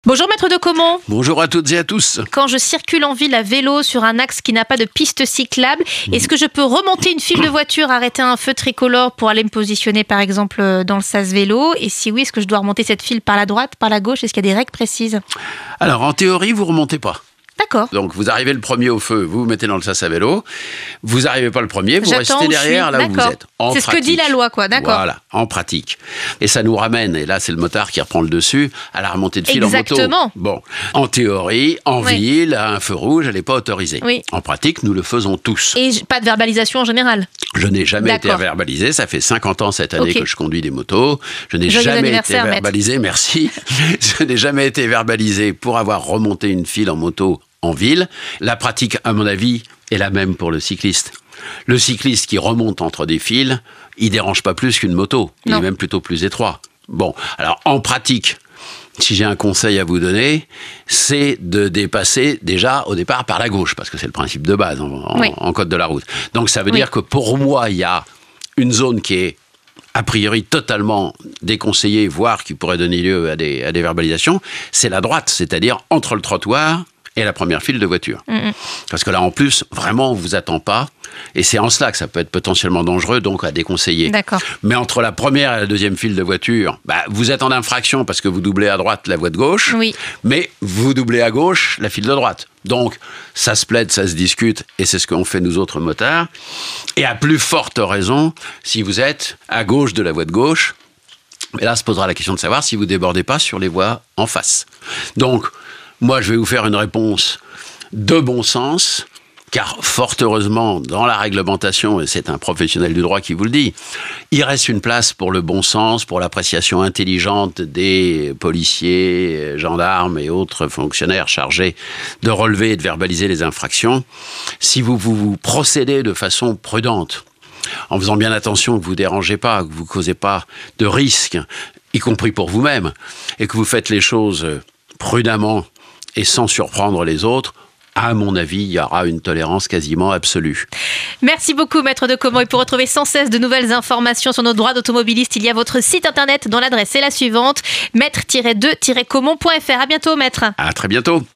Bonjour maître de Caumont. Bonjour à toutes et à tous. Quand je circule en ville à vélo sur un axe qui n'a pas de piste cyclable, est-ce que je peux remonter une file de voiture, arrêter un feu tricolore pour aller me positionner par exemple dans le sas vélo? Et si oui, est-ce que je dois remonter cette file par la droite, par la gauche? Est-ce qu'il y a des règles précises? Alors en théorie, vous remontez pas. D'accord. Donc vous arrivez le premier au feu, vous vous mettez dans le sas à vélo. Vous n'arrivez pas le premier, vous restez derrière là où vous êtes. C'est ce que dit la loi, quoi. D'accord. Voilà, en pratique. Et ça nous ramène, et là c'est le motard qui reprend le dessus, à la remontée de file en moto. Exactement. Bon, en théorie, en ville, à un feu rouge, elle n'est pas autorisée. Oui. En pratique, nous le faisons tous. Et pas de verbalisation en général? Je n'ai jamais été verbalisé, ça fait 50 ans cette année que je conduis des motos. Je n'ai Joyeux jamais été anniversaire, verbalisé, merci. Je n'ai jamais été verbalisé pour avoir remonté une file en moto en ville. La pratique, à mon avis, est la même pour le cycliste. Le cycliste qui remonte entre des fils, il dérange pas plus qu'une moto. Il est même plutôt plus étroit. Bon, alors en pratique, si j'ai un conseil à vous donner, c'est de dépasser déjà au départ par la gauche, parce que c'est le principe de base en code de la route. Donc ça veut dire que pour moi, il y a une zone qui est a priori totalement déconseillée, voire qui pourrait donner lieu à des verbalisations, c'est la droite, c'est-à-dire entre le trottoir et la première file de voitures. Parce que là, en plus, vraiment, on ne vous attend pas. Et c'est en cela que ça peut être potentiellement dangereux, donc à déconseiller. D'accord. Mais entre la première et la deuxième file de voitures, vous êtes en infraction parce que vous doublez à droite la voie de gauche, mais vous doublez à gauche la file de droite. Donc, ça se plaide, ça se discute, et c'est ce qu'on fait nous autres motards. Et à plus forte raison, si vous êtes à gauche de la voie de gauche, mais là se posera la question de savoir si vous ne débordez pas sur les voies en face. Donc, moi, je vais vous faire une réponse de bon sens, car fort heureusement, dans la réglementation, et c'est un professionnel du droit qui vous le dit, il reste une place pour le bon sens, pour l'appréciation intelligente des policiers, gendarmes et autres fonctionnaires chargés de relever et de verbaliser les infractions. Si vous procédez de façon prudente, en faisant bien attention que vous ne dérangez pas, que vous ne causez pas de risques, y compris pour vous-même, et que vous faites les choses prudemment et sans surprendre les autres, à mon avis, il y aura une tolérance quasiment absolue. Merci beaucoup, maître de Caumont. Et pour retrouver sans cesse de nouvelles informations sur nos droits d'automobiliste, il y a votre site internet dont l'adresse est la suivante, maître-2-caumont.fr. À bientôt, maître. À très bientôt.